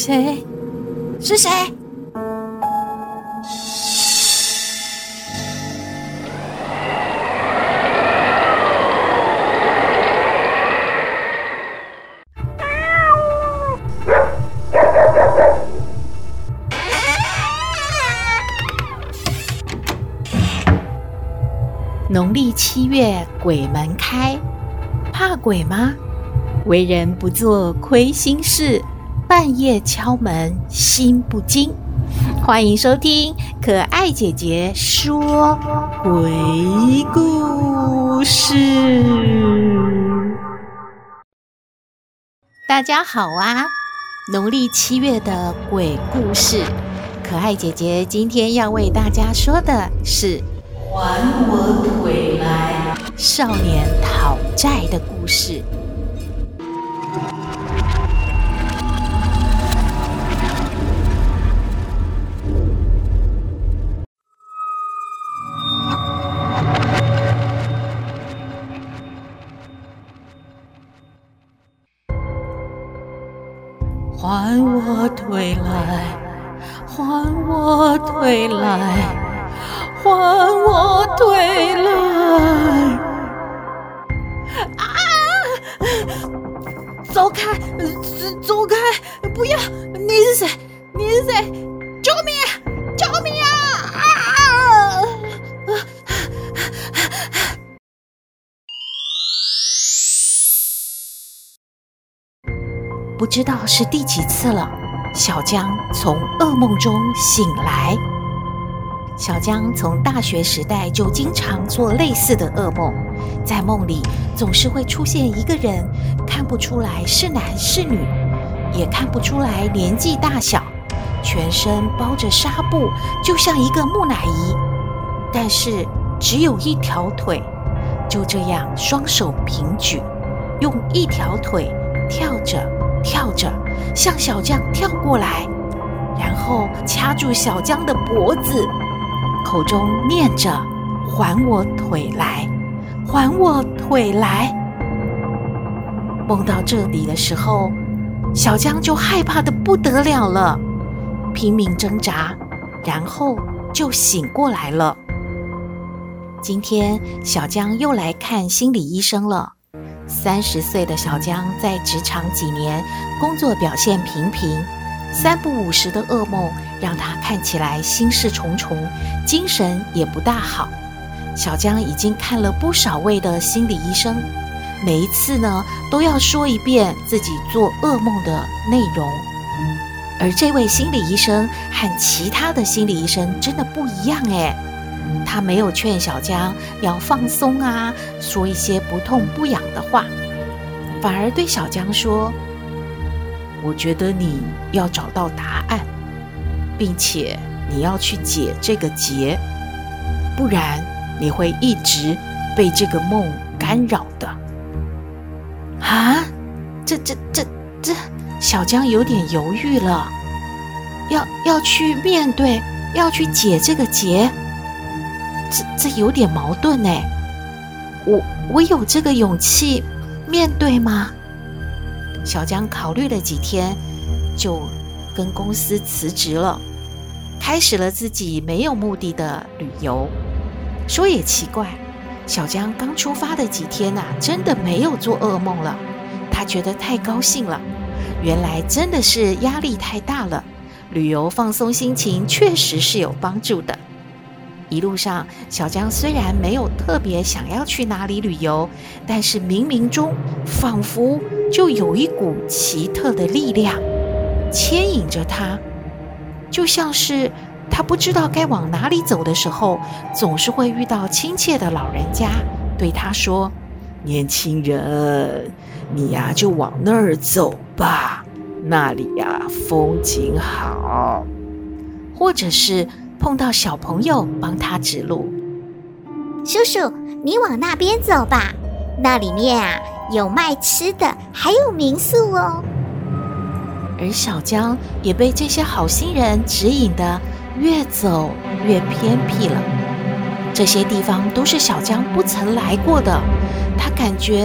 谁？是谁？农历7月鬼门开，怕鬼吗？为人不做亏心事，半夜敲门心不惊。欢迎收听可爱姐姐说鬼故事。大家好啊！农历7月的鬼故事，可爱姐姐今天要为大家说的是还我腿来，少年讨债的故事。还我腿来，还我腿来，还我腿来！啊！走开，走开！不要！你是谁？你是谁？救命！救命啊！不知道是第几次了，小江从噩梦中醒来。小江从大学时代就经常做类似的噩梦，在梦里总是会出现一个人，看不出来是男是女，也看不出来年纪大小，全身包着纱布，就像一个木乃伊，但是只有一条腿，就这样双手平举，用一条腿跳着跳着向小江跳过来，然后掐住小江的脖子，口中念着还我腿来，还我腿来。梦到这里的时候，小江就害怕得不得了了，拼命挣扎，然后就醒过来了。今天小江又来看心理医生了。30岁的小江在职场几年，工作表现平平，3不5时的噩梦让他看起来心事重重，精神也不大好。小江已经看了不少位的心理医生，每一次呢都要说一遍自己做噩梦的内容。而这位心理医生和其他的心理医生真的不一样耶，他没有劝小江要放松啊，说一些不痛不痒的话，反而对小江说：我觉得你要找到答案，并且你要去解这个结，不然你会一直被这个梦干扰的。啊，这小江有点犹豫了，要去面对，要去解这个结，这有点矛盾哎，我有这个勇气面对吗？小江考虑了几天，就跟公司辞职了，开始了自己没有目的的旅游。说也奇怪，小江刚出发的几天啊，真的没有做噩梦了，他觉得太高兴了，原来真的是压力太大了，旅游放松心情确实是有帮助的。一路上，小江虽然没有特别想要去哪里旅游，但是冥冥中仿佛就有一股奇特的力量牵引着他，就像是他不知道该往哪里走的时候，总是会遇到亲切的老人家对他说：年轻人，你呀就往那儿走吧，那里呀风景好。或者是碰到小朋友帮他指路： 叔叔，你往那边走吧，那里面啊有卖吃的，还有民宿哦。 而小江也被这些好心人指引的越走越偏僻了，这些地方都是小江不曾来过的，他感觉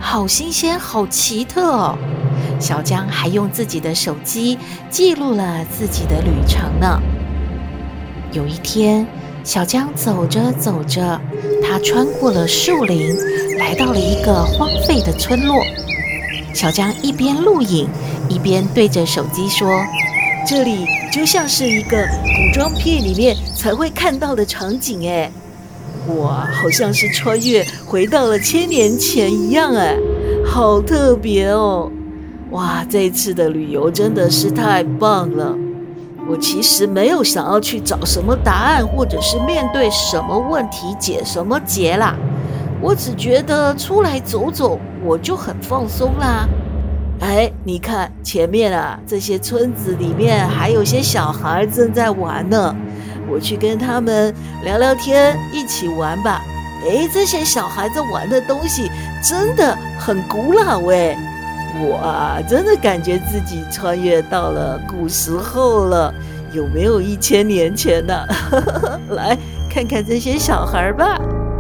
好新鲜，好奇特哦！小江还用自己的手机记录了自己的旅程呢。有一天，小江走着走着，他穿过了树林，来到了一个荒废的村落。小江一边录影，一边对着手机说：“ 这里就像是一个古装片里面才会看到的场景哎，哇，好像是穿越回到了1000年前一样哎，好特别哦！哇，这次的旅游真的是太棒了。我其实没有想要去找什么答案，或者是面对什么问题解什么结啦，我只觉得出来走走我就很放松啦。哎，你看前面啊，这些村子里面还有些小孩正在玩呢，我去跟他们聊聊天，一起玩吧。哎，这些小孩子玩的东西真的很古老哎，我啊真的感觉自己穿越到了古时候了，有没有1000年前呢？来看看这些小孩吧。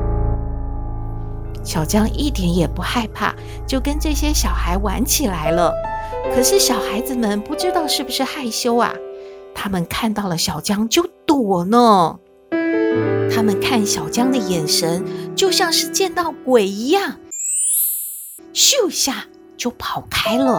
小江一点也不害怕，就跟这些小孩玩起来了。可是小孩子们不知道是不是害羞啊，他们看到了小江就躲呢。他们看小江的眼神就像是见到鬼一样，咻一下就跑开了。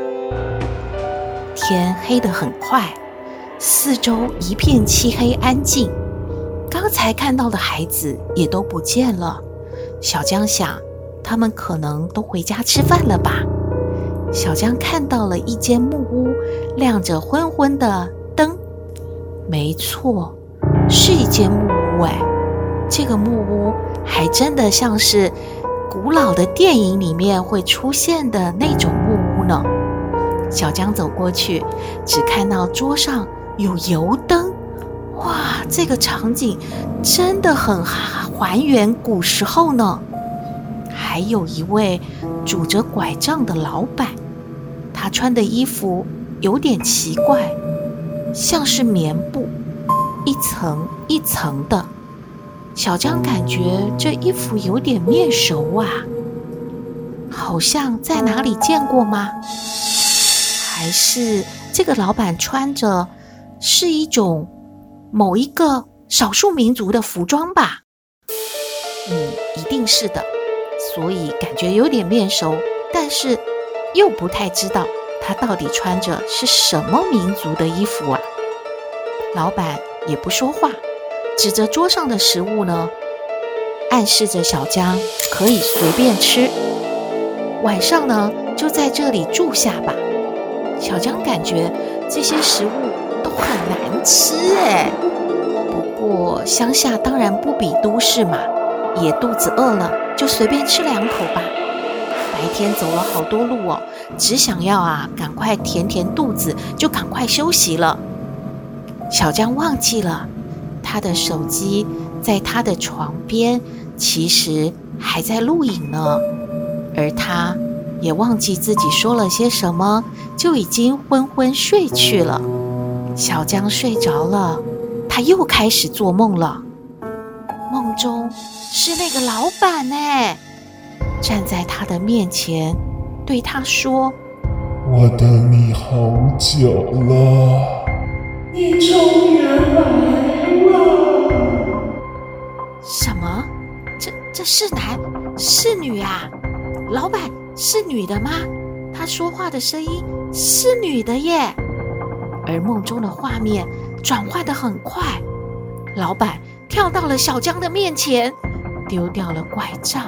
天黑得很快，四周一片漆黑安静，刚才看到的孩子也都不见了。小江想，他们可能都回家吃饭了吧。小江看到了一间木屋，亮着昏昏的灯。没错，是一间木屋哎，这个木屋还真的像是古老的电影里面会出现的那种木屋呢。小江走过去，只看到桌上有油灯。哇，这个场景真的很还原古时候呢。还有一位拄着拐杖的老板，他穿的衣服有点奇怪，像是棉布，一层一层的。小江感觉这衣服有点面熟啊，好像在哪里见过吗？还是这个老板穿着是一种某一个少数民族的服装吧？一定是的，所以感觉有点面熟，但是又不太知道他到底穿着是什么民族的衣服啊。老板也不说话，指着桌上的食物呢，暗示着小江可以随便吃，晚上呢就在这里住下吧。小江感觉这些食物都很难吃哎，不过乡下当然不比都市嘛，也肚子饿了就随便吃2口吧。白天走了好多路哦，只想要赶快填肚子，就赶快休息了。小江忘记了他的手机在他的床边，其实还在录影呢，而他也忘记自己说了些什么，就已经昏昏睡去了。小江睡着了，他又开始做梦了。梦中是那个老板哎，站在他的面前，对他说：“ 我等你好久了，你终于来了。” 什么？这是男是女啊？老板是女的吗？他说话的声音是女的耶。而梦中的画面转换得很快，老板跳到了小江的面前，丢掉了拐杖。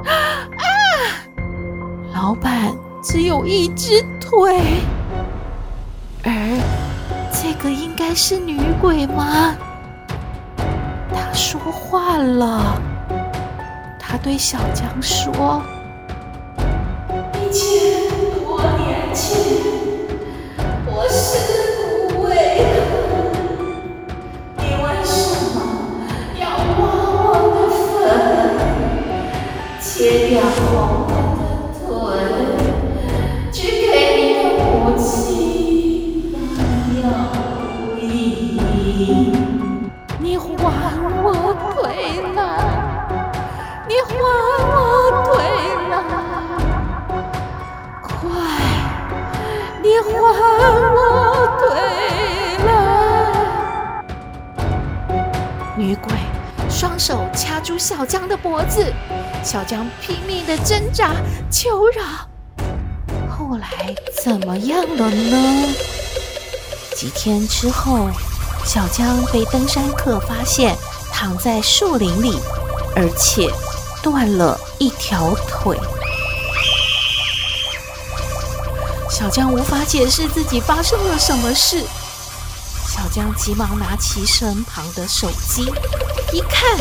老板只有一只腿，而这个应该是女鬼吗？她说话了，她对小江说：“1000多年前，我是无畏的，你为什么要挖我的坟，切掉我的腿，去给你的母亲当药医？你还我腿了，你还我腿了！” 双手掐住小江的脖子，小江拼命的挣扎求饶。后来怎么样了呢？几天之后，小江被登山客发现躺在树林里，而且断了一条腿。小江无法解释自己发生了什么事。小江急忙拿起身旁的手机，一看，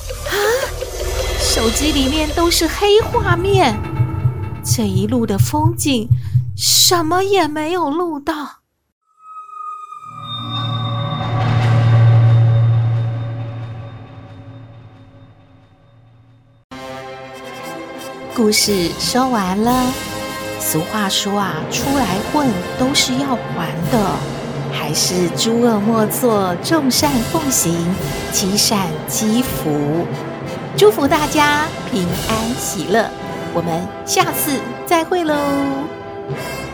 手机里面都是黑画面，这一路的风景什么也没有录到。故事说完了。俗话说啊，出来混都是要还的，还是诸恶莫作，众善奉行，积善积福。祝福大家平安喜乐，我们下次再会喽。